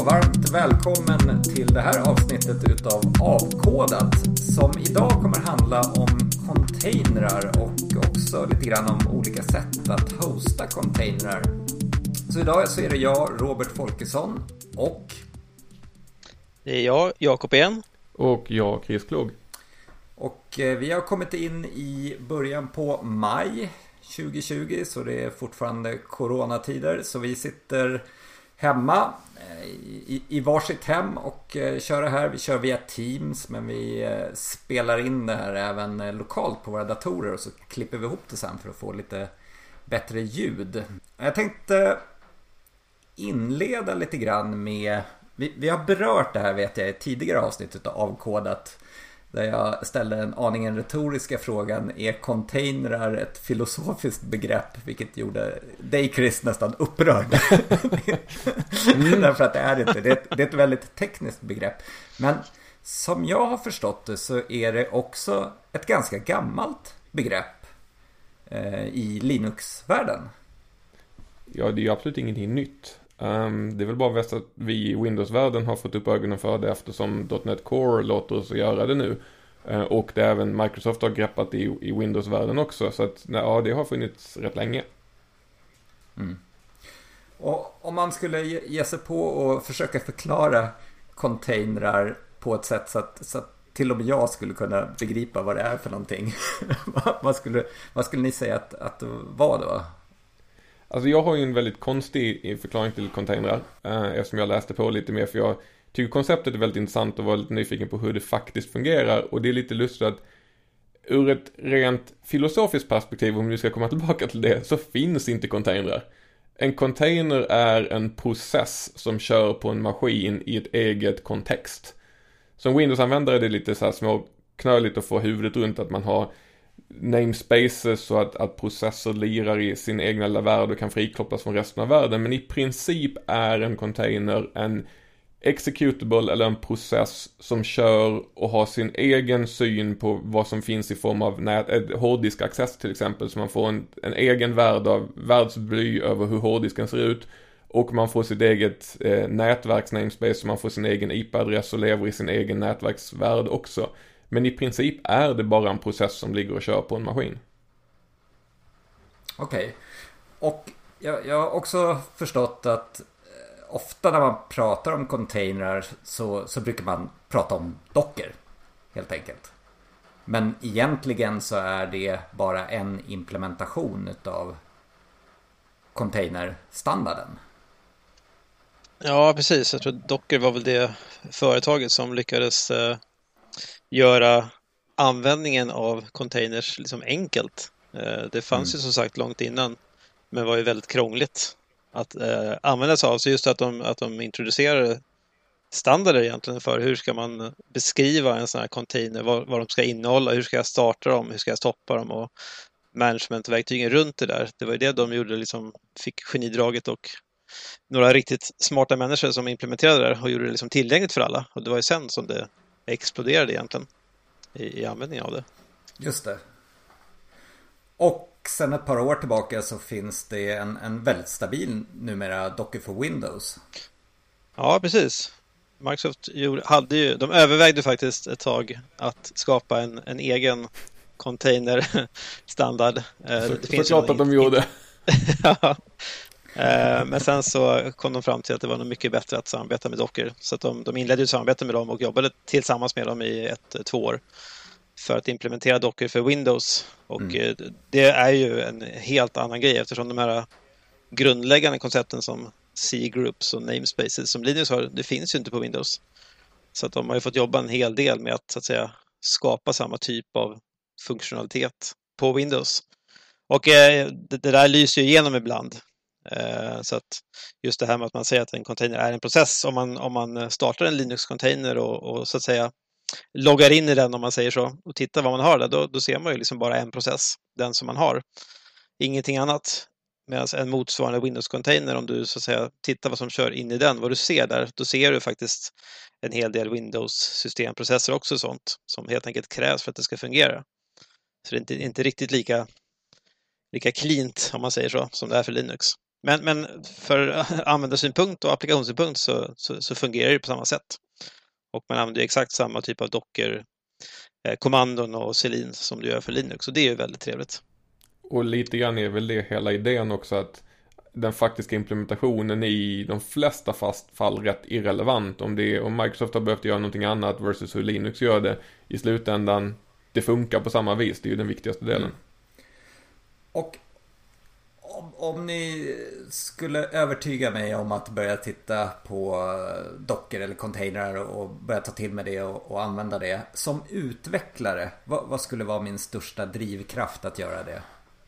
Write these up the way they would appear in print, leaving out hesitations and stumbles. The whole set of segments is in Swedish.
varmt välkommen till det här avsnittet utav Avkodat som idag kommer handla om containrar och också lite grann om olika sätt att hosta containrar. Så idag så är det jag, Robert Folkesson, och det är jag, Jakob igen. Och jag, Chris Klog. Och vi har kommit in i början på maj 2020, så det är fortfarande coronatider. Så vi sitter hemma i varsitt hem och kör det här. Vi kör via Teams, men vi spelar in det här även lokalt på våra datorer och så klipper vi ihop det sen för att få lite bättre ljud. Jag tänkte inleda lite grann med... Vi har berört det här, vet jag, i tidigare avsnitt av Avkodat, där jag ställde en aningen retoriska frågan: är containrar ett filosofiskt begrepp? Vilket gjorde dig, Chris, nästan upprörd. Därför att det är inte. Det är ett väldigt tekniskt begrepp. Men som jag har förstått det så är det också ett ganska gammalt begrepp i Linux-världen. Ja, det är ju absolut ingenting nytt. Det är väl bara bäst att vi i Windows-världen har fått upp ögonen för det, eftersom .NET Core låter oss göra det nu. Och det även Microsoft har greppat i Windows-världen också. Så att, ja, det har funnits rätt länge. Mm. Och om man skulle ge sig på och försöka förklara containrar på ett sätt så att till och med jag skulle kunna begripa vad det är för någonting. vad skulle ni säga att det var då? Alltså jag har ju en väldigt konstig förklaring till containrar, eftersom jag läste på lite mer, för jag tycker konceptet är väldigt intressant och var lite nyfiken på hur det faktiskt fungerar. Och det är lite lustigt att ur ett rent filosofiskt perspektiv, om vi ska komma tillbaka till det, så finns inte containrar. En container är en process som kör på en maskin i ett eget kontext. Som Windows-användare är det lite så här små knöligt att få huvudet runt att man har namespaces så att processer lirar i sin egna lilla värld och kan frikopplas från resten av världen. Men i princip är en container en executable eller en process som kör och har sin egen syn på vad som finns i form av hårddisk access till exempel. Så man får en egen värld av världsbly över hur hårddisken ser ut. Och man får sitt eget nätverks-namespace, så man får sin egen IP-adress och lever i sin egen nätverksvärld också. Men i princip är det bara en process som ligger och kör på en maskin. Okej. Och jag har också förstått att ofta när man pratar om containrar så brukar man prata om docker, helt enkelt. Men egentligen så är det bara en implementation av containerstandarden. Ja, precis. Jag tror Docker var väl det företaget som lyckades göra användningen av containers liksom enkelt. Det fanns ju som sagt långt innan, men var ju väldigt krångligt att använda sig av. Så just att de introducerade standarder egentligen för hur ska man beskriva en sån här container, vad de ska innehålla, hur ska jag starta dem, hur ska jag stoppa dem, och managementverktygen runt det där. Det var ju det de gjorde, liksom fick genidraget, och några riktigt smarta människor som implementerade det där och gjorde det liksom tillgängligt för alla. Och det var ju sen som det exploderade egentligen i användningen av det. Just det. Och sen ett par år tillbaka så finns det en väldigt stabil numera Docker för Windows. Ja, precis. Microsoft de övervägde faktiskt ett tag att skapa en egen container-standard. Det finns klart att de gjorde. Ja. Men sen så kom de fram till att det var nog mycket bättre att samarbeta med Docker. Så att de inledde ett samarbete med dem och jobbade tillsammans med dem i 1-2 år för att implementera Docker för Windows. Och det är ju en helt annan grej, eftersom de här grundläggande koncepten som C-groups och namespaces som Linux har, det finns ju inte på Windows. Så att de har ju fått jobba en hel del med att, så att säga, skapa samma typ av funktionalitet på Windows. Och det där lyser ju igenom ibland. Så att just det här med att man säger att en container är en process, om man startar en Linux-container och så att säga loggar in i den, om man säger så, och tittar vad man har där, då ser man ju liksom bara en process, den som man har, ingenting annat. Medan en motsvarande Windows-container, om du så att säga tittar vad som kör in i den, vad du ser där, då ser du faktiskt en hel del Windows-systemprocesser också, sånt som helt enkelt krävs för att det ska fungera. Så det är inte riktigt lika cleant, om man säger så, som det är för Linux. Men för användarsynpunkt och applikationssynpunkt så fungerar det på samma sätt. Och man använder exakt samma typ av Docker kommandon och Selin som du gör för Linux. Och det är ju väldigt trevligt. Och lite grann är väl det hela idén också, att den faktiska implementationen är i de flesta fall rätt irrelevant. Om Microsoft har behövt göra någonting annat versus hur Linux gör det. I slutändan, det funkar på samma vis. Det är ju den viktigaste delen. Och om ni skulle övertyga mig om att börja titta på Docker eller containrar och börja ta till med det och använda det. Som utvecklare, vad skulle vara min största drivkraft att göra det?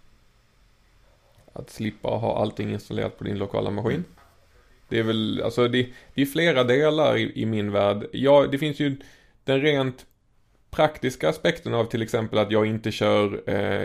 Att slippa ha allting installerat på din lokala maskin. Det är väl, alltså det är flera delar i min värld. Ja, det finns ju den rent praktiska aspekten av till exempel att jag inte kör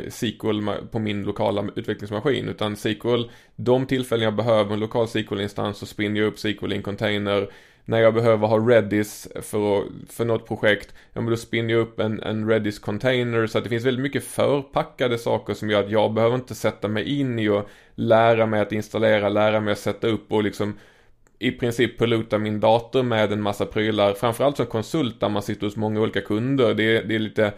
SQL på min lokala utvecklingsmaskin, utan SQL, de tillfällen jag behöver en lokal SQL-instans så spinner jag upp SQL i en container. När jag behöver ha Redis för något projekt, ja, men då spinner jag upp en Redis container. Så att det finns väldigt mycket förpackade saker som gör att jag behöver inte sätta mig in i och lära mig att installera, lära mig att sätta upp och liksom i princip polluta min dator med en massa prylar. Framförallt som konsult där man sitter hos många olika kunder. Det är lite,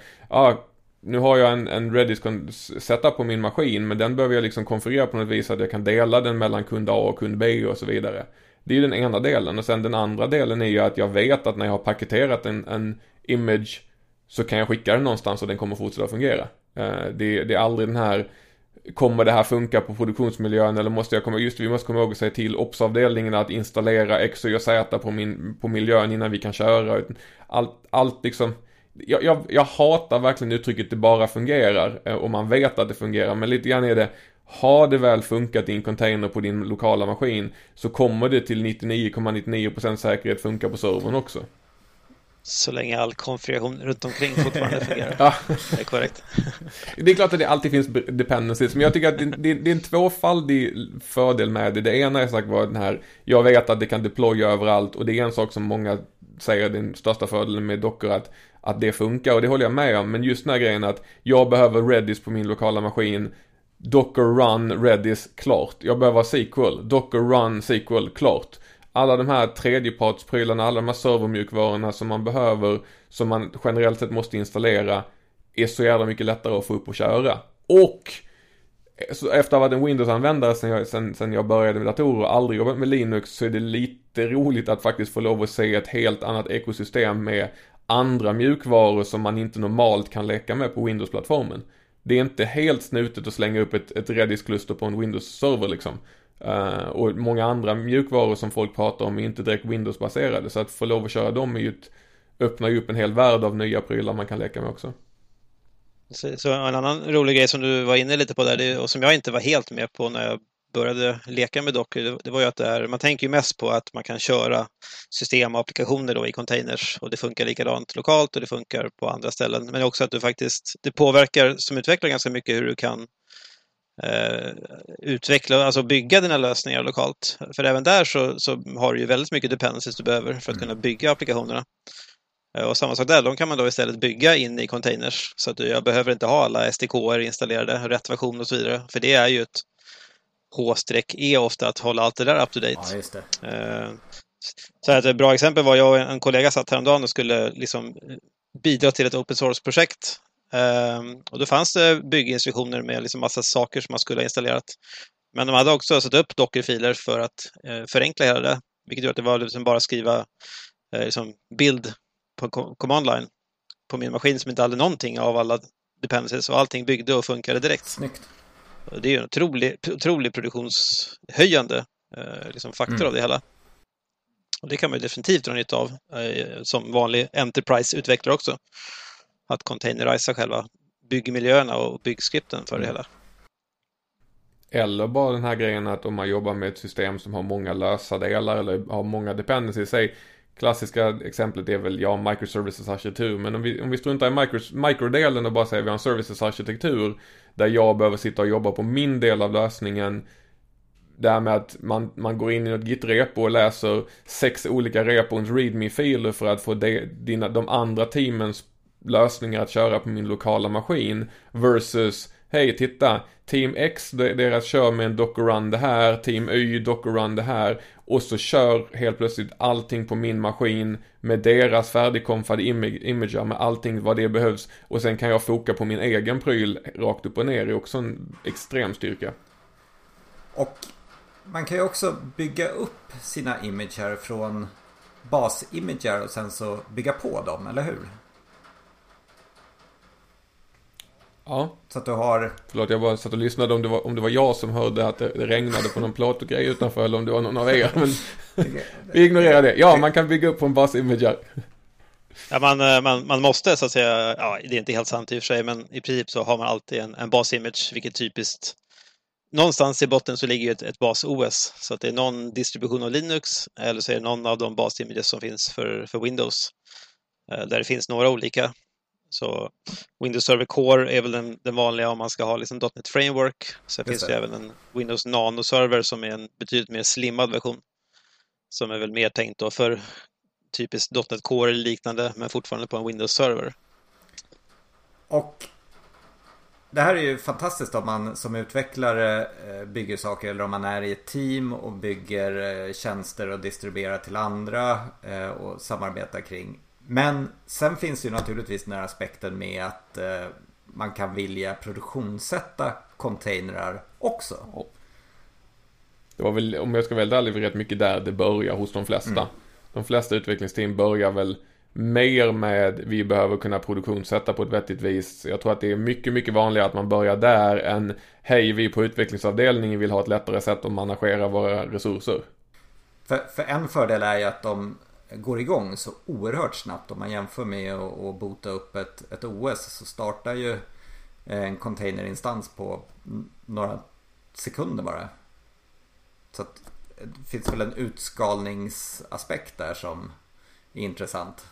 nu har jag en Redis setup på min maskin, men den behöver jag liksom konfigurera på något vis så att jag kan dela den mellan kund A och kund B och så vidare. Det är ju den ena delen. Och sen den andra delen är ju att jag vet att när jag har paketerat en image så kan jag skicka den någonstans och den kommer fortsätta fungera. Det är aldrig den här, kommer det här funka på produktionsmiljön eller måste jag vi måste komma ihåg att säga till Ops-avdelningen att installera X och Y och Z på miljön innan vi kan köra. Allt liksom, jag hatar verkligen uttrycket det bara fungerar och man vet att det fungerar, men lite grann är det, har det väl funkat i en container på din lokala maskin så kommer det till 99,99% säkerhet funka på servern också. Så länge all konfiguration runt omkring fortfarande fungerar. Ja. Det är korrekt. Det är klart att det alltid finns dependencies, men jag tycker att det är en tvåfaldig fördel med det. Det ena är sagt var den här, jag vet att det kan deploya överallt, och det är en sak som många säger är den största fördelen med Docker, att det funkar, och det håller jag med om. Men just den här grejen att jag behöver Redis på min lokala maskin, Docker run Redis, klart. Jag behöver SQL, Docker run SQL, klart. Alla de här tredjepartsprylarna, alla de här servermjukvarorna som man behöver, som man generellt sett måste installera, är så jävla mycket lättare att få upp och köra. Och så efter att ha varit en Windows-användare sen jag började med datorer och aldrig jobbat med Linux, så är det lite roligt att faktiskt få lov att se ett helt annat ekosystem med andra mjukvaror som man inte normalt kan leka med på Windows-plattformen. Det är inte helt snutet att slänga upp ett Redis-kluster på en Windows-server liksom. Och många andra mjukvaror som folk pratar om är inte direkt Windows-baserade, så att få lov att köra dem öppnar ju upp en hel värld av nya prylar man kan leka med också. Så en annan rolig grej som du var inne lite på där, och som jag inte var helt med på när jag började leka med Docker, det var ju att man tänker ju mest på att man kan köra system och applikationer då i containers, och det funkar likadant lokalt och det funkar på andra ställen, men också att det påverkar som utvecklare ganska mycket hur du kan utveckla, alltså bygga dina lösningar lokalt. För även där så har du ju väldigt mycket dependencies du behöver för att kunna bygga applikationerna. Och samma sak där, de kan man då istället bygga in i containers, så att jag behöver inte ha alla SDK-er installerade, rätt version och så vidare. För det är ju ett H-E ofta att hålla allt det där up to date. Ja, just det. Så ett bra exempel var, jag och en kollega satt häromdagen och skulle liksom bidra till ett open source-projekt. Och då fanns det bygginstruktioner med liksom massa saker som man skulle ha installerat. Men de hade också satt upp Docker-filer för att förenkla hela det. Vilket gör att det var liksom bara skriva liksom build på command line på min maskin som inte hade någonting av alla dependencies, och allting byggde och funkade direkt. Snyggt. Och det är ju en otrolig produktionshöjande liksom faktor av det hela. Och det kan man ju definitivt dra nytta av som vanlig enterprise-utvecklare också. Att containerisa själva byggmiljöerna och byggskripten för det hela. Eller bara den här grejen att om man jobbar med ett system som har många lösa delar eller har många dependencies. Klassiska exemplet är väl microservices arkitektur. Men om vi struntar i microdelen och bara säger vi har en services arkitektur där jag behöver sitta och jobba på min del av lösningen. Där med att man går in i något git-repo och läser 6 olika repons readme-filer för att få de andra teamens lösningar att köra på min lokala maskin versus hej titta, Team X deras kör med en Docker Run det här, Team Y Docker Run det här, och så kör helt plötsligt allting på min maskin med deras färdigkonfade imager med allting vad det behövs, och sen kan jag foka på min egen pryl rakt upp och ner. Det är också en extrem styrka. Och man kan ju också bygga upp sina imager från basimager och sen så bygga på dem, eller hur? Ja. Så att du har... Förlåt, jag bara satt och lyssnade om det var jag som hörde att det regnade på någon plåt och grej utanför, eller om det var någon av er. Men vi ignorerar det. Ja, man kan bygga upp på en basimager. Ja, man måste så att säga, ja, det är inte helt sant i och för sig, men i princip så har man alltid en basimage, vilket typiskt någonstans i botten så ligger ju ett bas-OS, så att det är någon distribution av Linux eller så är det någon av de basimages som finns för Windows, där det finns några olika. Så Windows Server Core är väl den vanliga om man ska ha liksom .NET Framework. Sen finns det även en Windows Nano Server som är en betydligt mer slimmad version, som är väl mer tänkt då för typiskt .NET Core eller liknande, men fortfarande på en Windows Server. Och det här är ju fantastiskt om man som utvecklare bygger saker, eller om man är i ett team och bygger tjänster och distribuerar till andra och samarbetar kring. Men sen finns ju naturligtvis den här aspekten med att man kan vilja produktionssätta containrar också. Det var väl, om jag ska välja ärlig, rätt mycket där det börjar hos de flesta. De flesta utvecklingsteam börjar väl mer med vi behöver kunna produktionssätta på ett vettigt vis. Jag tror att det är mycket, mycket vanligare att man börjar där än hej, vi på utvecklingsavdelningen vill ha ett lättare sätt att managera våra resurser. För en fördel är ju att de går igång så oerhört snabbt. Om man jämför med att bota upp ett OS, så startar ju en containerinstans på några sekunder bara. Så att det finns väl en utskalningsaspekt där som är intressant.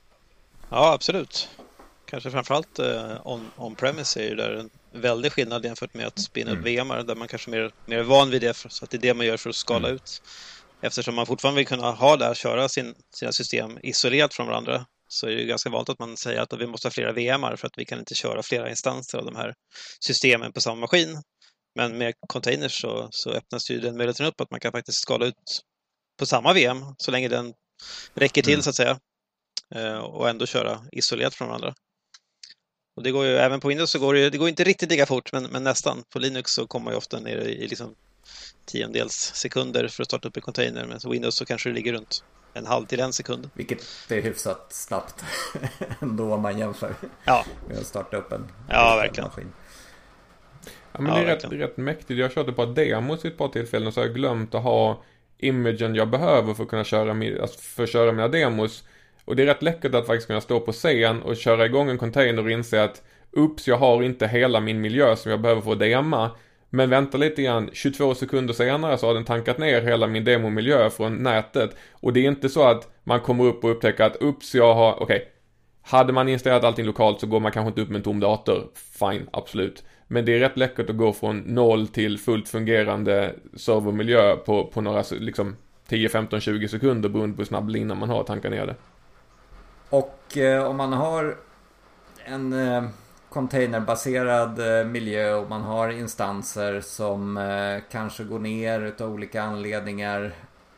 Ja, absolut. Kanske framförallt on-premise är ju där en väldig skillnad jämfört med att spinna upp VMar, där man kanske mer är van vid det, så att det är det man gör för att skala ut. Eftersom man fortfarande vill kunna ha där, köra sina system isolerat från varandra, så är det ganska vanligt att man säger att vi måste ha flera VMar för att vi kan inte köra flera instanser av de här systemen på samma maskin. Men med containers så öppnas ju den möjligheten upp att man kan faktiskt skala ut på samma VM så länge den räcker till så att säga, och ändå köra isolerat från varandra. Och det går ju även på Windows, så det går inte riktigt lika fort, men nästan. På Linux så kommer man ju ofta ner i liksom tiondels sekunder för att starta upp en container, men på Windows så kanske det ligger runt 1/2 till 1 sekund. Vilket är hyfsat snabbt ändå om man jämför med att starta upp en verkligen. Ja, men det är rätt mäktigt. Jag körde på demos i ett par tillfällen och så har jag glömt att ha imagen jag behöver för att kunna köra mina demos. Och det är rätt läckert att faktiskt kunna stå på scen och köra igång en container och inse att jag har inte hela min miljö som jag behöver för att dema. Men vänta lite grann, 22 sekunder senare så har den tankat ner hela min demomiljö från nätet. Och det är inte så att man kommer upp och upptäcker att jag har... Hade man installerat allting lokalt så går man kanske inte upp med en tom dator. Fine, absolut. Men det är rätt läckert att gå från 0 till fullt fungerande servermiljö på några liksom 10, 15, 20 sekunder beroende på hur snabb lina man har att tanka ner det. Och om man har en containerbaserad miljö och man har instanser som kanske går ner utav olika anledningar,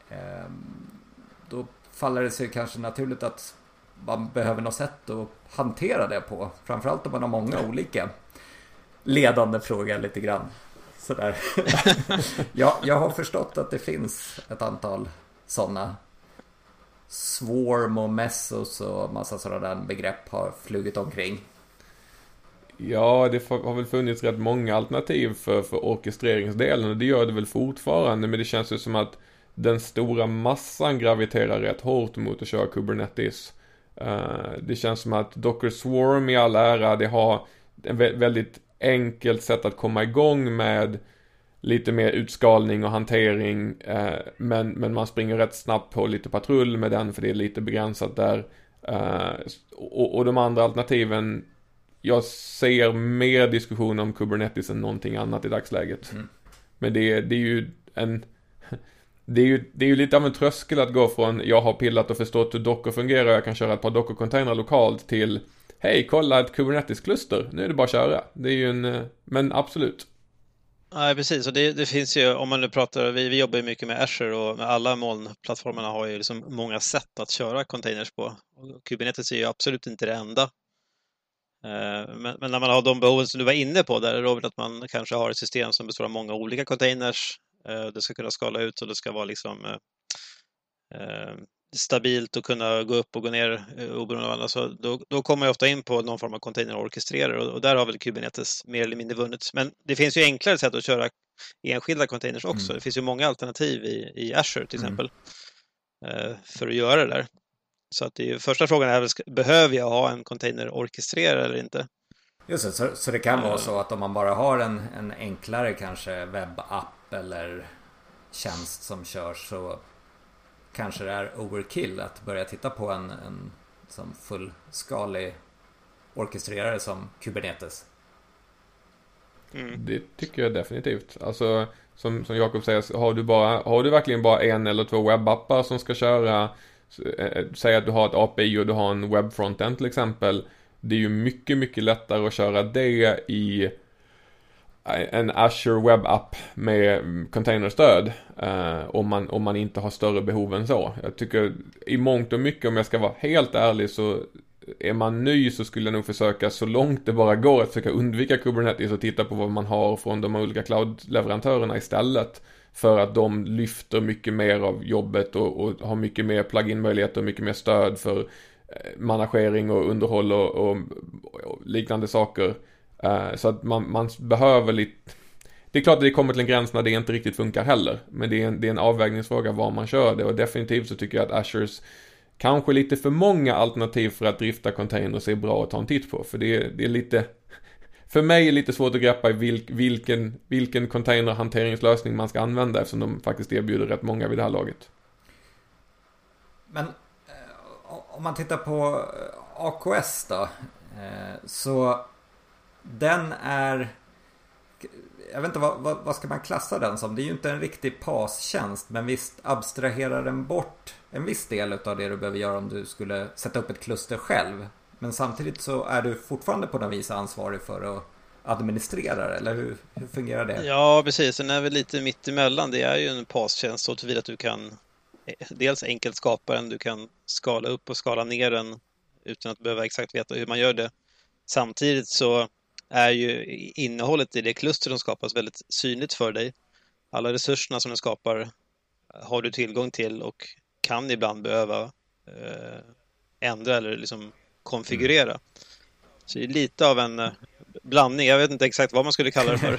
då faller det sig kanske naturligt att man behöver något sätt att hantera det på. Framförallt om man har många olika ledande frågor lite grann. Sådär. Jag har förstått att det finns ett antal sådana. Swarm och Mesos och massa sådana där begrepp har flugit omkring. Ja, det har väl funnits rätt många alternativ för orkestreringsdelen, och det gör det väl fortfarande, men det känns ju som att den stora massan graviterar rätt hårt mot att köra Kubernetes. Det känns som att Docker Swarm i all ära, det har en väldigt enkelt sätt att komma igång med lite mer utskalning och hantering, men man springer rätt snabbt på lite patrull med den, för det är lite begränsat där. Och de andra alternativen, jag ser mer diskussion om Kubernetes än någonting annat i dagsläget. Men det är ju det är ju lite av en tröskel att gå från jag har pillat och förstått hur Docker fungerar och jag kan köra ett par Docker-containrar lokalt till hej, kolla ett Kubernetes-kluster, nu är det bara att köra. Det är ju men absolut. Nej, precis. Och det finns ju, om man nu pratar, vi jobbar ju mycket med Azure och med alla molnplattformarna har ju liksom många sätt att köra containers på. Och Kubernetes är ju absolut inte det enda. Men när man har de behoven som du var inne på där, Robert, att man kanske har ett system som består av många olika containers, det ska kunna skala ut och det ska vara liksom stabilt och kunna gå upp och gå ner oberoende av varandra, så då kommer jag ofta in på någon form av containerorkestrerare och där har väl Kubernetes mer eller mindre vunnit. Men det finns ju enklare sätt att köra enskilda containers också. Det finns ju många alternativ i Azure till exempel för att göra det där. Så att första frågan är väl, behöver jag ha en containerorkestrerare eller inte? Just det, så det kan vara så att om man bara har en enklare kanske webbapp eller tjänst som körs, så kanske det är overkill att börja titta på en som fullskalig orkestrerare som Kubernetes. Det tycker jag definitivt. Alltså som Jakob säger, har du verkligen bara en eller två webbappar som ska köra, säg att du har ett API och du har en webbfrontend till exempel, det är ju mycket, mycket lättare att köra det i en Azure webbapp med containerstöd om man inte har större behov än så. Jag tycker i mångt och mycket, om jag ska vara helt ärlig, så är man ny så skulle jag nog försöka så långt det bara går att försöka undvika Kubernetes och titta på vad man har från de olika cloud-leverantörerna istället, för att de lyfter mycket mer av jobbet och har mycket mer plugin-möjligheter och mycket mer stöd för managering och underhåll och liknande saker. Så att man behöver lite. Det är klart att det kommer till en gräns när det inte riktigt funkar heller, men det är en avvägningsfråga var man kör det, och definitivt så tycker jag att Azures kanske lite för många alternativ för att drifta containers är bra att ta en titt på, för det är lite, för mig är lite svårt att greppa i vilken containerhanteringslösning man ska använda, eftersom de faktiskt erbjuder rätt många vid det här laget. Men om man tittar på AKS då, så den är, jag vet inte vad ska man klassa den som? Det är ju inte en riktig PaaS-tjänst, men visst abstraherar den bort en viss del av det du behöver göra om du skulle sätta upp ett kluster själv. Men samtidigt så är du fortfarande på något vis ansvarig för att administrera det, eller hur fungerar det? Ja, precis. Den är väl lite mitt emellan. Det är ju en PaaS-tjänst så tillvida att du kan dels enkelt skapa den, du kan skala upp och skala ner den utan att behöva exakt veta hur man gör det. Samtidigt så är ju innehållet i det kluster som skapas väldigt synligt för dig. Alla resurserna som den skapar har du tillgång till och kan ibland behöva ändra eller liksom konfigurera. Så det är lite av en blandning. Jag vet inte exakt vad man skulle kalla det för.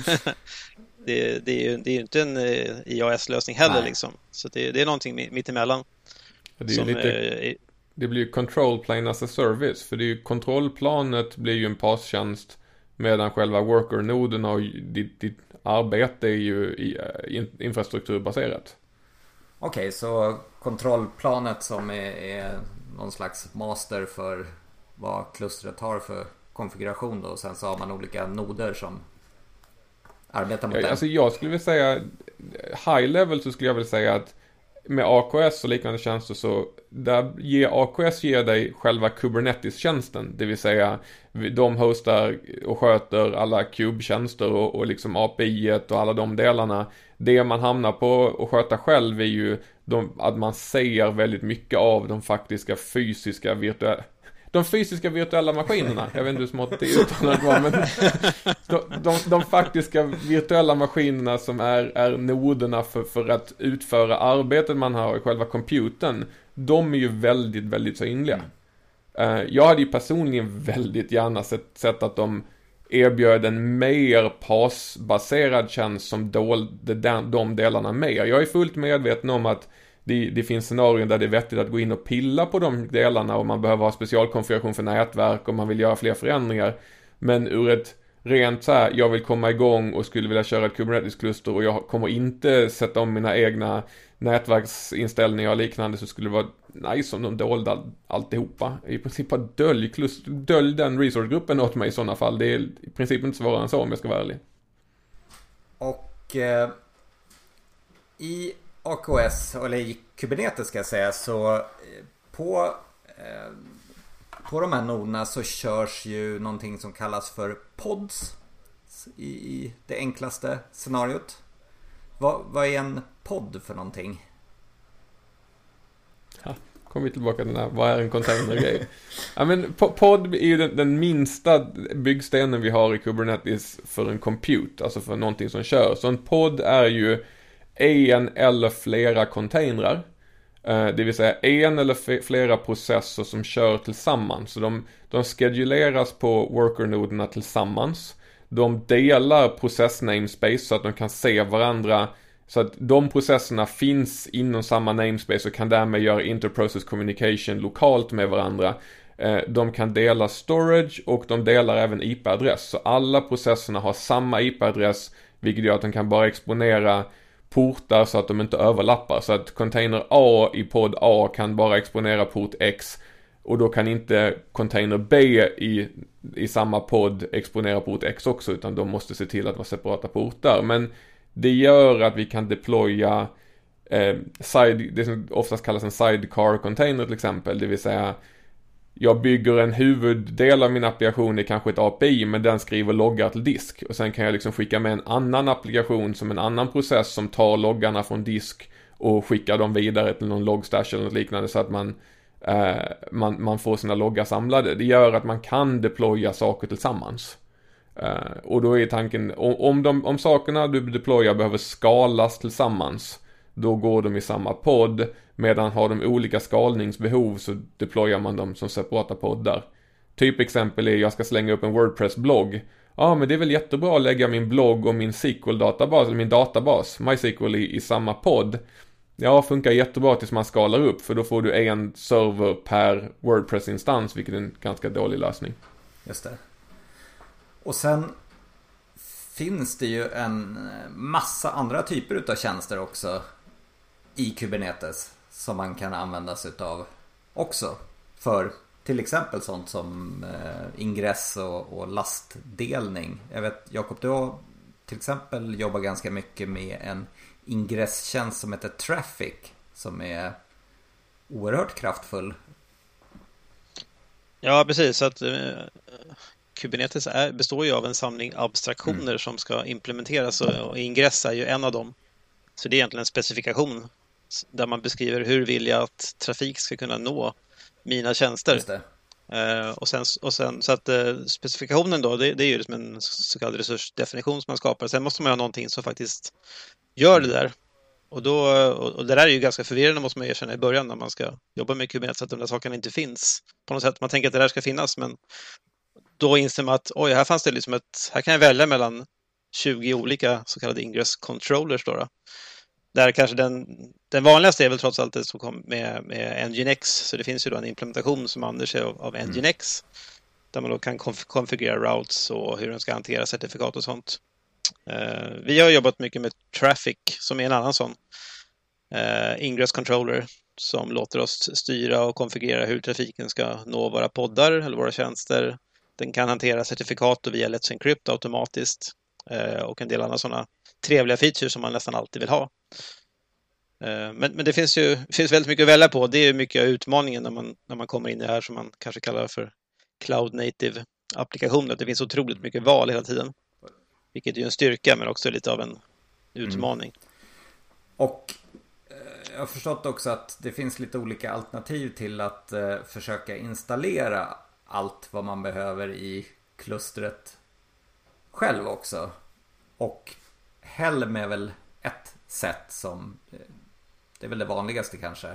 det är ju inte en IAS-lösning heller. Liksom. Så det är någonting mittemellan. Det är lite... Det blir ju control plane as a service, för det är ju kontrollplanet blir ju en PaaS-tjänst, medan själva worker-noden och ditt arbete är ju infrastrukturbaserat. Okej, så kontrollplanet som är någon slags master för vad klustret har för konfiguration då, och sen så har man olika noder som arbetar mot den. Alltså jag skulle vilja säga high level, så skulle jag vilja säga att med AKS och liknande tjänster så AKS ger dig själva Kubernetes-tjänsten, det vill säga de hostar och sköter alla kube-tjänster och liksom API-et och alla de delarna. Det man hamnar på och sköta själv är ju att man ser väldigt mycket av de faktiska fysiska virtuella maskinerna. Jag vet inte hur smart det uttalat var, men de faktiska virtuella maskinerna som är noderna för att utföra arbetet man har i själva computern, de är ju väldigt, väldigt synliga. Jag hade ju personligen väldigt gärna sett att de erbjöd en mer PaaS-baserad tjänst som dolde de delarna mer. Jag är fullt medveten om att det finns scenarier där det är vettigt att gå in och pilla på de delarna och man behöver ha specialkonfiguration för nätverk och man vill göra fler förändringar. Men ur ett rent så här, jag vill komma igång och skulle vilja köra ett Kubernetes-kluster och jag kommer inte sätta om mina egna nätverksinställningar och liknande, så skulle det vara nice om de dolde alltihopa. I princip bara dölj den resource-gruppen åt mig i sådana fall. Det är i princip inte svårare än så om jag ska vara ärlig. Och i AKS, eller i Kubernetes ska jag säga, så på på de här noderna så körs ju någonting som kallas för pods i det enklaste scenariot. Vad är en podd för någonting? Ja, kommer vi tillbaka till den här, vad är en container-grej? Ja, men podd är ju den minsta byggstenen vi har i Kubernetes för en compute, alltså för någonting som kör. Så en podd är ju en eller flera containrar. Det vill säga en eller flera processer som kör tillsammans. Så de scheduleras på worker-noderna tillsammans. De delar process namespace så att de kan se varandra. Så att de processerna finns inom samma namespace och kan därmed göra interprocess communication lokalt med varandra. De kan dela storage och de delar även IP-adress. Så alla processerna har samma IP-adress, vilket gör att de kan bara exponera portar så att de inte överlappar. Så att container A i podd A kan bara exponera port X och då kan inte container B i samma podd exponera port X också, utan de måste se till att vara separata portar. Men det gör att vi kan deploya det som oftast kallas en sidecar container till exempel, det vill säga jag bygger en huvuddel av min applikation i kanske ett API, men den skriver loggar till disk. Och sen kan jag liksom skicka med en annan applikation som en annan process som tar loggarna från disk och skickar dem vidare till någon logstash eller något liknande så att man får sina loggar samlade. Det gör att man kan deploya saker tillsammans. Och då är tanken, om sakerna du deployar behöver skalas tillsammans, då går de i samma podd. Medan har de olika skalningsbehov så deployar man dem som separata poddar. Typexempel är jag ska slänga upp en WordPress-blogg. Ja, men det är väl jättebra att lägga min blogg och min SQL-databas eller min databas, MySQL, i samma podd. Ja, funkar jättebra tills man skalar upp, för då får du en server per WordPress-instans, vilket är en ganska dålig lösning. Just det. Och sen finns det ju en massa andra typer utav tjänster också i Kubernetes som man kan använda sig utav också för till exempel sånt som ingress och lastdelning. Jag vet, Jakob, du har till exempel jobbar ganska mycket med en ingresstjänst som heter Traffic som är oerhört kraftfull. Ja, precis. Så att Kubernetes består ju av en samling abstraktioner som ska implementeras och ingress är ju en av dem. Så det är egentligen en specifikation där man beskriver hur vill jag att trafik ska kunna nå mina tjänster. Just det. Och sen så att specifikationen då, det är ju liksom en så kallad resursdefinition som man skapar. Sen måste man ha någonting som faktiskt gör det där. Och det där är ju ganska förvirrande, måste man erkänna i början när man ska jobba med Kubernetes, att de där sakerna inte finns. På något sätt, man tänker att det där ska finnas, men då inser man att oj, här fanns det liksom här kan jag välja mellan 20 olika så kallade ingress controllers då. Där kanske den vanligaste är väl trots allt det som kom med Nginx. Så det finns ju då en implementation som använder sig av Nginx. Där man då kan konfigurera routes och hur den ska hantera certifikat och sånt. Vi har jobbat mycket med Traffic som är en annan sån ingress controller som låter oss styra och konfigurera hur trafiken ska nå våra poddar eller våra tjänster. Den kan hantera certifikat via Let's Encrypt automatiskt och en del andra sådana trevliga features som man nästan alltid vill ha. Men det finns väldigt mycket att välja på. Det är mycket av utmaningen när man kommer in i det här som man kanske kallar för cloud native applikationer. Det finns otroligt mycket val hela tiden. Vilket är en styrka men också lite av en utmaning. Och jag har förstått också att det finns lite olika alternativ till att försöka installera allt vad man behöver i klustret själv också. Och Helm är väl ett sätt som det är väl det vanligaste kanske.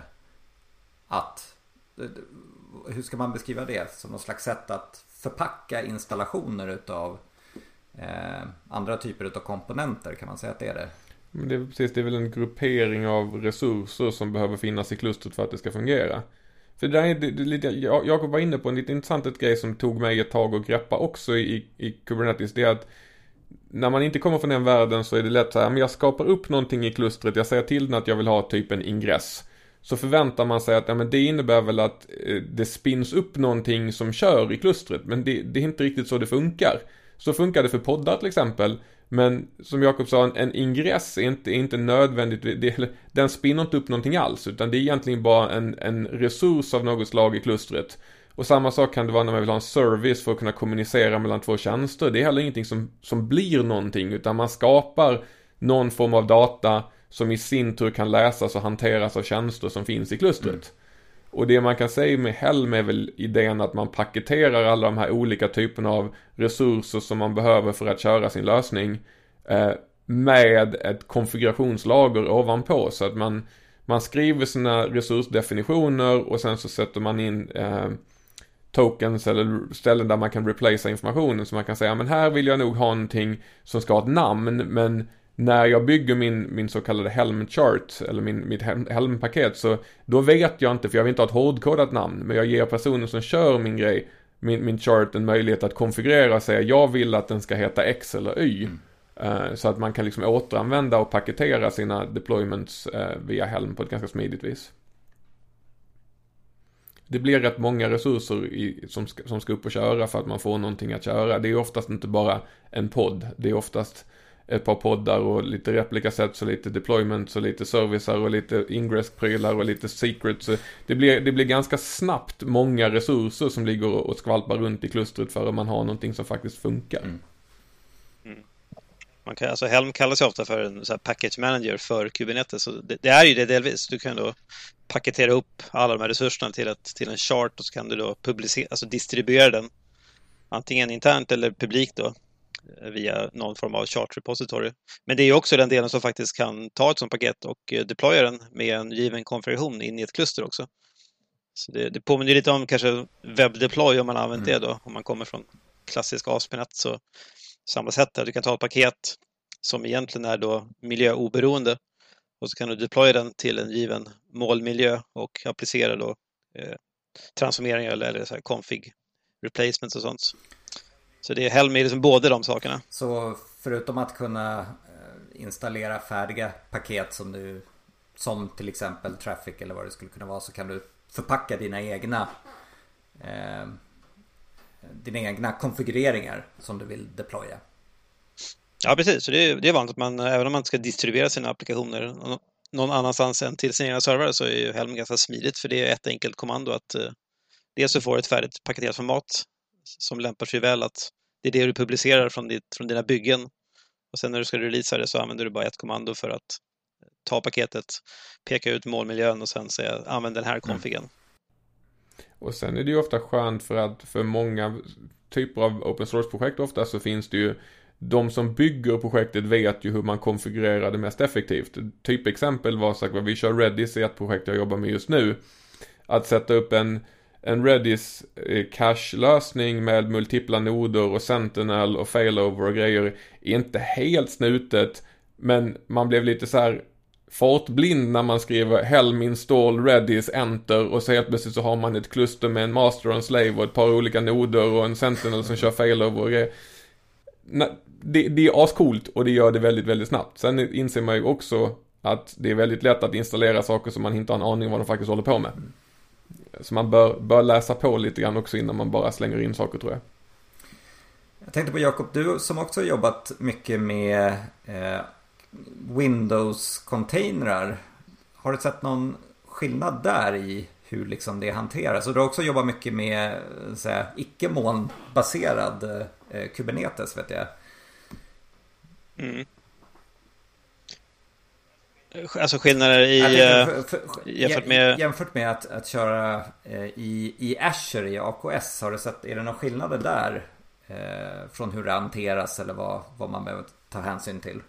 Hur ska man beskriva det? Som någon slags sätt att förpacka installationer utav andra typer utav komponenter, kan man säga att det är det? Men det är väl en gruppering av resurser som behöver finnas i klustret för att det ska fungera. För det där är lite, jag var inne på en lite intressant grej som tog mig ett tag att greppa också i Kubernetes. Det är att när man inte kommer från den världen så är det lätt så här, men jag skapar upp någonting i klustret, jag säger till den att jag vill ha typ en ingress. Så förväntar man sig att men det innebär väl att det spins upp någonting som kör i klustret, men det är inte riktigt så det funkar. Så funkar det för poddar till exempel, men som Jakob sa, en ingress är inte nödvändigt, den spinner inte upp någonting alls, utan det är egentligen bara en resurs av något slag i klustret. Och samma sak kan det vara när man vill ha en service för att kunna kommunicera mellan två tjänster. Det är heller ingenting som blir någonting, utan man skapar någon form av data som i sin tur kan läsas och hanteras av tjänster som finns i klustret. Och det man kan säga med Helm är väl idén att man paketerar alla de här olika typerna av resurser som man behöver för att köra sin lösning med ett konfigurationslager ovanpå, så att man skriver sina resursdefinitioner och sen så sätter man in tokens eller ställen där man kan replacea informationen, så man kan säga, men här vill jag nog ha någonting som ska ha ett namn, men när jag bygger min så kallade Helm chart eller mitt Helm-paket, så då vet jag inte, för jag vill inte ha ett hårdkodat namn, men jag ger personen som kör min grej, min chart, en möjlighet att konfigurera och säga, jag vill att den ska heta X eller Y. Så att man kan liksom återanvända och paketera sina deployments via Helm på ett ganska smidigt vis. Det blir rätt många resurser som ska upp och köra för att man får någonting att köra. Det är oftast inte bara en podd. Det är oftast ett par poddar och lite replikasets och lite deployments och lite servicer och lite ingress-prylar och lite secrets. Så det blir ganska snabbt många resurser som ligger och skvalpar runt i klustret för att man har någonting som faktiskt funkar. Man kan, alltså Helm kallas ju ofta för en så här package manager för Kubernetes, så det är ju det delvis. Du kan då paketera upp alla de här resurserna till en chart och så kan du då alltså distribuera den antingen internt eller publikt då via någon form av chart repository. Men det är ju också den delen som faktiskt kan ta ett sånt paket och deploya den med en given konfiguration in i ett kluster också. Så det påminner lite om kanske webbdeploy om man använt det då, om man kommer från klassisk ASP.NET, så samma sätt där. Du kan ta ett paket som egentligen är då miljöoberoende och så kan du deploya den till en given målmiljö och applicera då transformeringar eller så här config replacements och sånt. Så det är Helm är liksom både de sakerna. Så förutom att kunna installera färdiga paket som till exempel Traffic eller vad det skulle kunna vara, så kan du förpacka dina egna konfigureringar som du vill deploya. Ja, precis. Så det är vanligt att man, även om man ska distribuera sina applikationer någon annanstans än till sina egna servrar, så är ju Helm ganska smidigt, för det är ett enkelt kommando att dels så får ett färdigt paketerat format som lämpar sig väl, att det är det du publicerar från dina byggen, och sen när du ska releasa det så använder du bara ett kommando för att ta paketet, peka ut målmiljön och sen säga använd den här konfigen. Och sen är det ju ofta skönt för många typer av open source-projekt ofta så finns det ju de som bygger projektet vet ju hur man konfigurerar det mest effektivt. Typexempel var sagt vad vi kör Redis i ett projekt jag jobbar med just nu. Att sätta upp en Redis cache-lösning med multipla noder och Sentinel och failover och grejer är inte helt snutet, men man blev lite så här fartblind när man skriver Helm install Redis enter och så helt plötsligt så har man ett kluster med en master och en slave och ett par olika noder och en Sentinel som kör failover och grejer. Det är ascoolt och det gör det väldigt, väldigt snabbt. Sen inser man ju också att det är väldigt lätt att installera saker som man inte har en aning om vad de faktiskt håller på med. Så man bör läsa på lite grann också innan man bara slänger in saker, tror jag. Jag tänkte på Jakob, du som också har jobbat mycket med Windows-containrar. Har du sett någon skillnad där i hur liksom det hanteras? Och du har också jobbat mycket med icke-molnbaserad Kubernetes, vet jag. Alltså skillnader jämfört med att köra i Azure i AKS, har du sett, är det några skillnader där från hur det hanteras eller vad man behöver ta hänsyn till?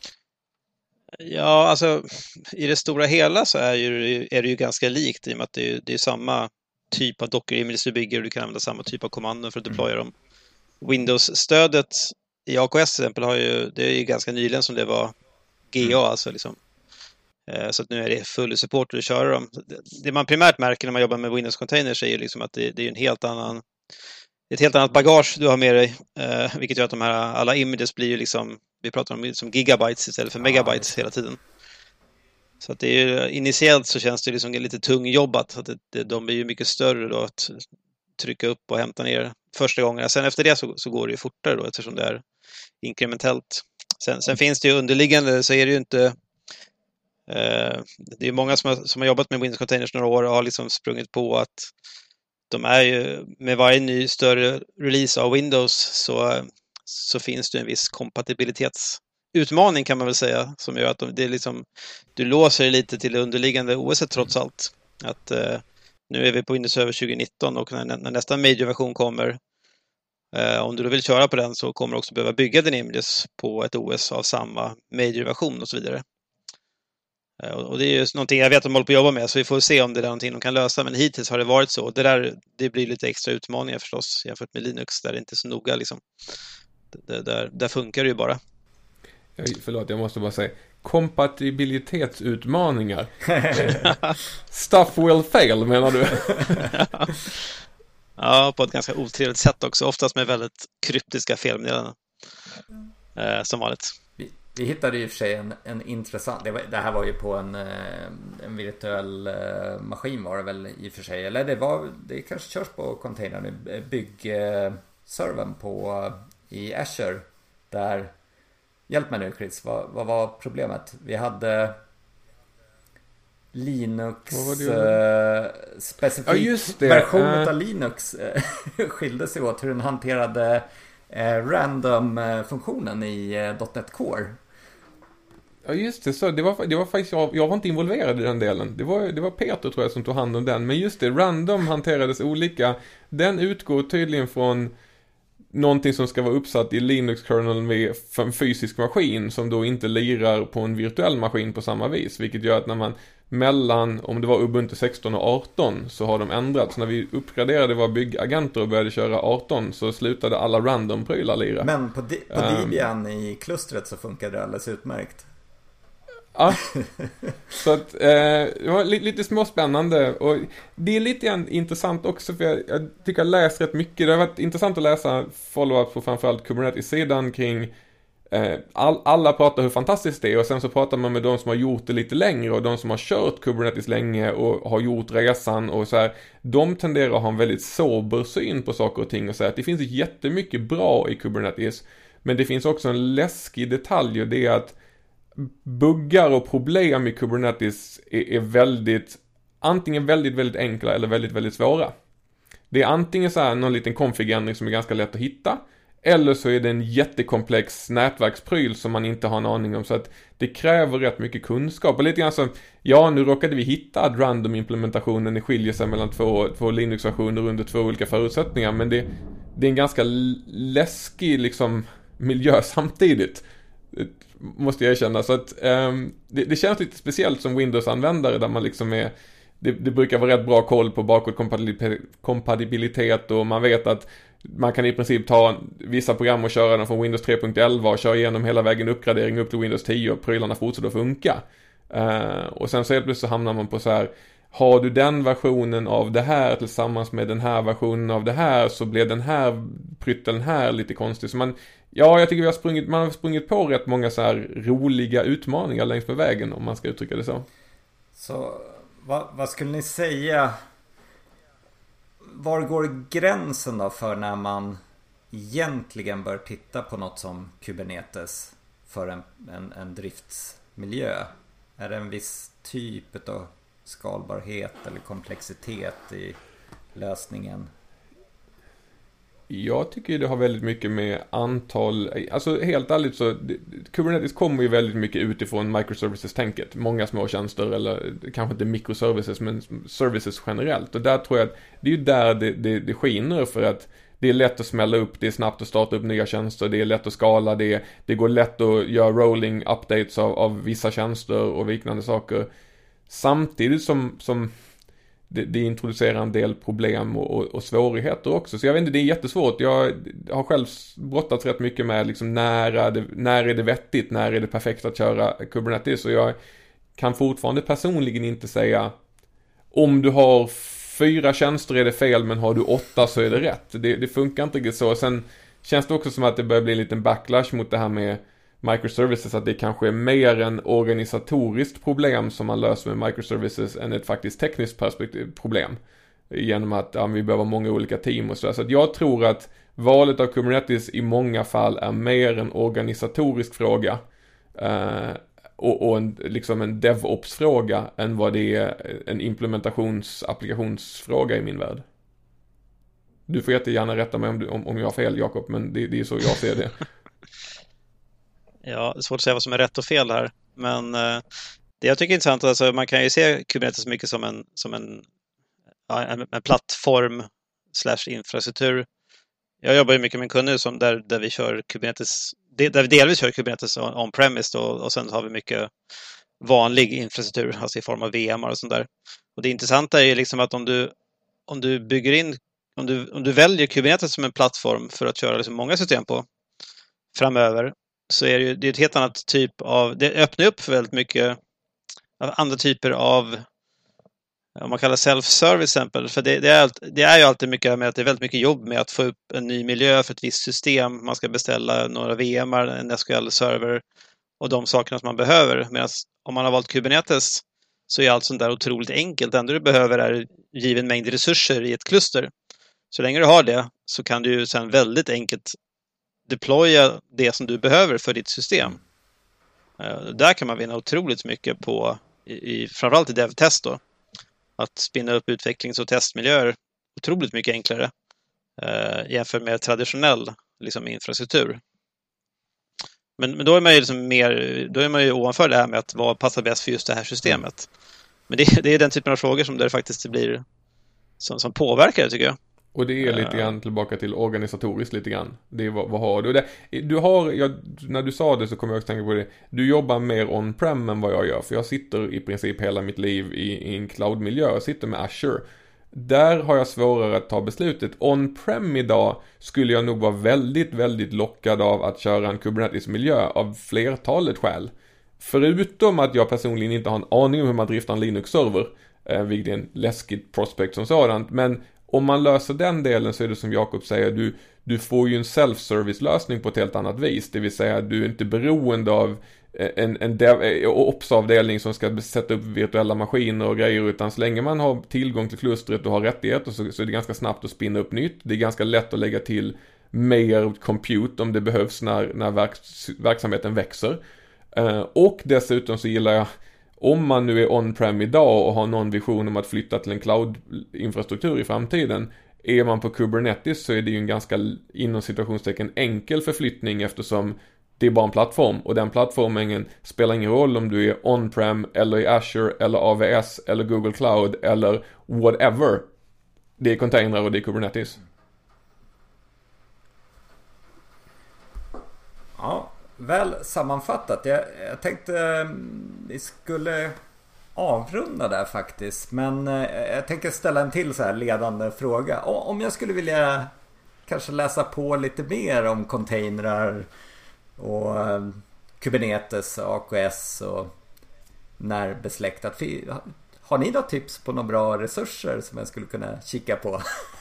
Ja, alltså i det stora hela så är det ju ganska likt, i och med att det är samma typ av Docker-image du bygger och du kan använda samma typ av kommandon för att deploya dem. Windows-stödet i AKS till exempel det är ju ganska nyligen som det var GA, alltså liksom. Så att nu är det full support att köra dem. Det man primärt märker när man jobbar med Windows Containers är ju liksom att det är ett helt annat bagage du har med dig, vilket gör att alla images blir ju liksom, vi pratar om som gigabytes istället för megabytes hela tiden. Så att det är ju, initiellt så känns det liksom lite tungjobbat, att de blir ju mycket större då att trycka upp och hämta ner första gången. Sen efter det så går det ju fortare då, eftersom det är inkrementellt. Sen finns det ju underliggande, så är det ju inte det är många som har jobbat med Windows Containers några år och har liksom sprungit på att de är ju, med varje ny större release av Windows så finns det en viss kompatibilitetsutmaning kan man väl säga, som gör att det är liksom, du låser lite till det underliggande OS trots allt. Att nu är vi på Windows Server 2019 och när nästa major-version kommer, om du då vill köra på den så kommer du också behöva bygga din images på ett OS av samma major-version och så vidare. Och det är ju någonting jag vet att de håller på att jobba med, så vi får se om det är någonting de kan lösa, men hittills har det varit så. Det blir lite extra utmaningar förstås jämfört med Linux, där det inte är så noga liksom. Där funkar det ju bara. Förlåt, jag måste bara säga kompatibilitetsutmaningar. Stuff will fail, menar du? Ja, på ett ganska otrevligt sätt också, oftast med väldigt kryptiska felmeddelanden. Som vanligt. Vi hittade ju för sig en intressant, det här var ju på en virtuell maskin var det väl i och för sig, eller det kanske körs på containern, byggservern i Azure, där, hjälp mig nu Chris, vad var problemet? Vi hade Linux specifik version av Linux skilde sig åt hur den hanterade random-funktionen i .NET Core. Ja just det, så det var faktiskt jag var inte involverad i den delen. Det var Peter tror jag som tog hand om den, men just det, random hanterades olika. Den utgår tydligen från någonting som ska vara uppsatt i Linux-kerneln med en fysisk maskin som då inte lirar på en virtuell maskin på samma vis, vilket gör att när man om det var Ubuntu 16 och 18 så har de ändrat. Så när vi uppgraderade våra byggagenter och började köra 18 så slutade alla random-prylar lira. Men på Debian i klustret så funkade det alldeles utmärkt. Ja, så att det var lite småspännande, och det är lite intressant också för jag tycker jag läst rätt mycket. Det har varit intressant att läsa follow-up på framförallt Kubernetes-sidan kring alla pratar hur fantastiskt det är, och sen så pratar man med de som har gjort det lite längre och de som har kört Kubernetes länge och har gjort resan och så här. De tenderar att ha en väldigt sober syn på saker och ting och säga att det finns jättemycket bra i Kubernetes, men det finns också en läskig detalj, och det är att buggar och problem i Kubernetes är antingen väldigt enkla eller väldigt svåra. Det är antingen så här någon liten config-ändring som är ganska lätt att hitta, eller så är det en jättekomplex nätverkspryl som man inte har en aning om, så att det kräver rätt mycket kunskap. Och lite grann så, ja nu råkade vi hitta att random-implementationen skiljer sig mellan två Linux-versioner under två olika förutsättningar, men det är en ganska läskig liksom miljö samtidigt, måste jag erkänna. Så att det känns lite speciellt som Windows-användare, där man liksom det brukar vara rätt bra koll på bakåtkompatibilitet, och man vet att man kan i princip ta vissa program och köra dem från Windows 3.11 och köra igenom hela vägen uppgradering upp till Windows 10 och prylarna fortsätter att funka. Och sen så helt plötsligt så hamnar man på så här: har du den versionen av det här tillsammans med den här versionen av det här, så blir den här prytteln här lite konstig. Så jag tycker man har sprungit på rätt många så här roliga utmaningar längs med vägen, om man ska uttrycka det så. Så vad skulle ni säga, var går gränsen då för när man egentligen bör titta på något som Kubernetes för en driftsmiljö? Är det en viss typ av skalbarhet eller komplexitet i lösningen? Jag tycker det har väldigt mycket med antal, alltså helt ärligt så Kubernetes kommer ju väldigt mycket utifrån microservices-tänket. Många små tjänster, eller kanske inte microservices men services generellt. Och där tror jag att det är ju där det skiner, för att det är lätt att smälla upp, det är snabbt att starta upp nya tjänster, det är lätt att skala, det går lätt att göra rolling updates av vissa tjänster och liknande saker. Samtidigt som det introducerar en del problem och svårigheter också. Så jag vet inte, det är jättesvårt. Jag har själv brottats rätt mycket med liksom när är det vettigt, när är det perfekt att köra Kubernetes. Och jag kan fortfarande personligen inte säga om du har 4 tjänster är det fel, men har du 8 så är det rätt. Det funkar inte riktigt så. Sen känns det också som att det börjar bli en liten backlash mot det här med microservices, att det kanske är mer en organisatoriskt problem som man löser med microservices än ett faktiskt tekniskt problem, genom att vi behöver många olika team och så. Så att jag tror att valet av Kubernetes i många fall är mer en organisatorisk fråga och liksom en DevOps-fråga än vad det är en implementations-applikationsfråga i min värld. Du får jättegärna rätta mig om jag har fel, Jakob, men det är så jag ser det. Ja, det är svårt att säga vad som är rätt och fel här. Men det jag tycker är intressant, alltså, man kan ju se Kubernetes mycket som en plattform / infrastruktur. Jag jobbar ju mycket med en kund nu där vi kör Kubernetes, där vi delvis kör Kubernetes on-premise och sen har vi mycket vanlig infrastruktur, alltså i form av VM:ar och sånt där. Och det intressanta är ju liksom att om du bygger in, om du väljer Kubernetes som en plattform för att köra liksom många system på framöver, så är det är ett helt annat typ av, det öppnar upp för väldigt mycket andra typer av, om man kallar self-service exempel, för det är ju alltid mycket med att det är väldigt mycket jobb med att få upp en ny miljö för ett visst system. Man ska beställa några VM:ar, en SQL-server och de sakerna som man behöver. Medan om man har valt Kubernetes så är allt sånt där otroligt enkelt. Det enda du behöver är given mängd resurser i ett kluster. Så länge du har det så kan du ju sen väldigt enkelt deploya det som du behöver för ditt system. Där kan man vinna otroligt mycket på, framförallt i dev-test då. Att spinna upp utvecklings- och testmiljöer otroligt mycket enklare jämfört med traditionell liksom, infrastruktur. Men då är man ju liksom då är man ju ovanför det här med att vad passar bäst för just det här systemet. Men det är den typen av frågor som det faktiskt blir som påverkar det, tycker jag. Och det är lite grann tillbaka till organisatoriskt lite grann. Det är vad har du? Du har, när du sa det så kommer jag också tänka på det. Du jobbar mer on-prem än vad jag gör. För jag sitter i princip hela mitt liv i en cloud-miljö. Jag sitter med Azure. Där har jag svårare att ta beslutet. On-prem idag skulle jag nog vara väldigt, väldigt lockad av att köra en Kubernetes-miljö av flertalet skäl. Förutom att jag personligen inte har en aning om hur man driftar en Linux-server. Vilket är en läskigt prospect som sådant. Men om man löser den delen så är det som Jakob säger, du får ju en self-service-lösning på ett helt annat vis. Det vill säga du är inte beroende av en ops-avdelning som ska sätta upp virtuella maskiner och grejer, utan så länge man har tillgång till klustret och har rättigheter så är det ganska snabbt att spinna upp nytt. Det är ganska lätt att lägga till mer compute om det behövs när verksamheten växer. Och dessutom så gillar jag, om man nu är on-prem idag och har någon vision om att flytta till en cloud-infrastruktur i framtiden, är man på Kubernetes så är det ju en ganska inom situationstecken enkel förflyttning, eftersom det är bara en plattform och den plattformen spelar ingen roll om du är on-prem eller i Azure eller AWS eller Google Cloud eller whatever. Det är containrar och det är Kubernetes. Ja, väl sammanfattat. Jag tänkte vi skulle avrunda där faktiskt. Men jag tänker ställa en till så här ledande fråga. Om jag skulle vilja kanske läsa på lite mer om containrar och Kubernetes, AKS och närbesläktat. Har ni något tips på några bra resurser som jag skulle kunna kika på?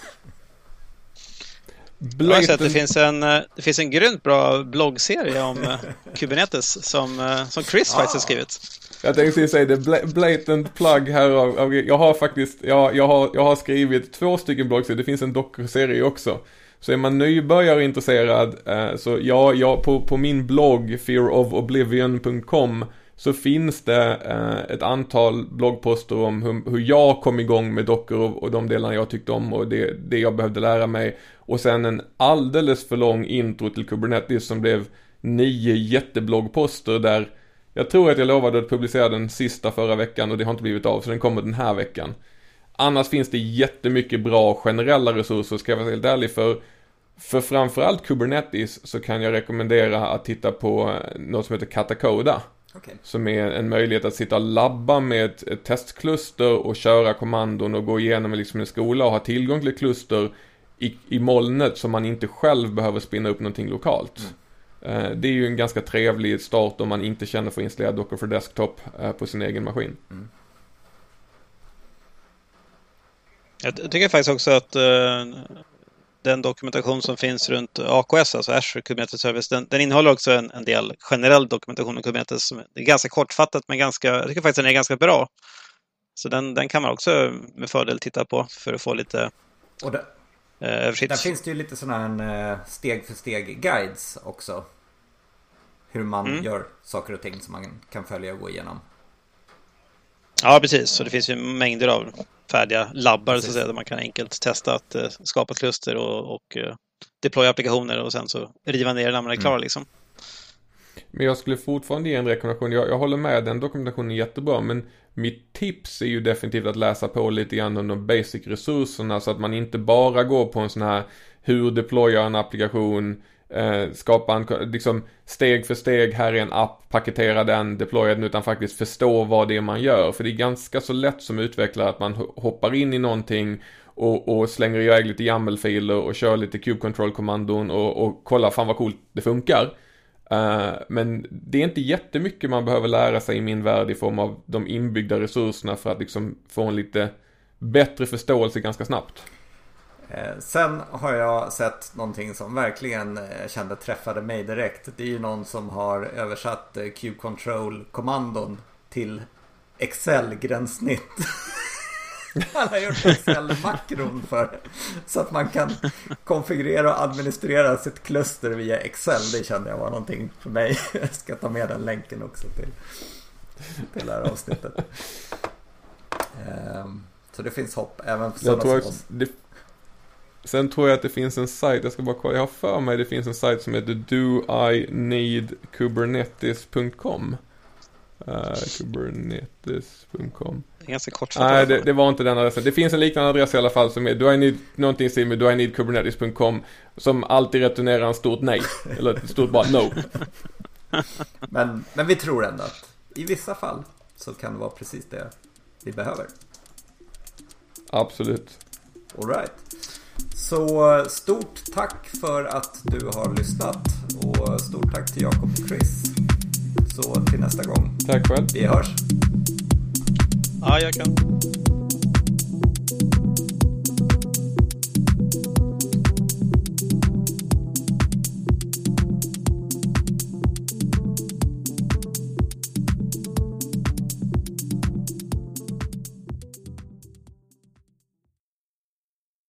Jag har sett att det finns en grymt bra bloggserie om Kubernetes som Chris faktiskt har skrivit. Jag tänkte säga det, blatant plug här av jag har faktiskt jag har skrivit 2 stycken bloggserier. Det finns en dockserie också. Så är man nybörjare och intresserad så på min blogg fearofoblivion.com så finns det ett antal bloggposter om hur jag kom igång med Docker och de delarna jag tyckte om och det jag behövde lära mig. Och sen en alldeles för lång intro till Kubernetes som blev 9 jättebloggposter där jag tror att jag lovade att publicera den sista förra veckan och det har inte blivit av, så den kommer den här veckan. Annars finns det jättemycket bra generella resurser, ska jag vara helt ärlig, för framförallt Kubernetes så kan jag rekommendera att titta på något som heter Katacoda. Okay. Som är en möjlighet att sitta och labba med ett testkluster och köra kommandon och gå igenom liksom en skola och ha tillgång till ett kluster i molnet så man inte själv behöver spinna upp någonting lokalt. Det är ju en ganska trevlig start om man inte känner för att installera Docker för Desktop på sin egen maskin. Jag tycker faktiskt också att den dokumentation som finns runt AKS, alltså Azure Kubernetes Service, den innehåller också en del generell dokumentation om Kubernetes. Det är ganska kortfattat, men jag tycker faktiskt den är ganska bra. Så den kan man också med fördel titta på för att få lite översikt. Där finns det ju lite sådana här steg för steg guides också. Hur man gör saker och ting som man kan följa och gå igenom. Ja, precis. Så det finns ju mängder av färdiga labbar så att säga, där man kan enkelt testa att skapa kluster och deploya applikationer och sen så riva ner när man är klar liksom. Men jag skulle fortfarande ge en rekommendation. Jag håller med, den dokumentationen är jättebra, men mitt tips är ju definitivt att läsa på lite grann om de basic resurserna så att man inte bara går på en sån här hur deployar en applikation, skapa en liksom steg för steg, här är en app, paketera den, deploya den, utan faktiskt förstå vad det är man gör. För det är ganska så lätt som utvecklare att man hoppar in i någonting och slänger iväg lite YAML-filer och kör lite kube control-kommandon och kollar fan vad coolt det funkar. Men det är inte jättemycket man behöver lära sig i min värld i form av de inbyggda resurserna för att liksom få en lite bättre förståelse ganska snabbt. Sen har jag sett någonting som verkligen kände träffade mig direkt. Det är ju någon som har översatt kube control-kommandon till Excel-gränssnitt. Man har gjort Excel-makron för så att man kan konfigurera och administrera sitt kluster via Excel. Det kände jag var någonting för mig. Jag ska ta med den länken också till det här avsnittet. Så det finns hopp även för sådana som oss. Sen tror jag att det finns en sajt, jag ska bara kolla, jag har för mig det finns en sajt som heter doineedkubernetes.com. Kubernetes.com. Det är ganska kort. Nej, det var inte den adressen. Det finns en liknande adress i alla fall som är doineedkubernetes.com som alltid returnerar en stort nej. Eller ett stort bara no. Men vi tror ändå att i vissa fall så kan det vara precis det vi behöver. Absolut. All right. Så stort tack för att du har lyssnat och stort tack till Jakob och Chris. Så till nästa gång. Tack själv. Vi hörs. Ja, jag kan.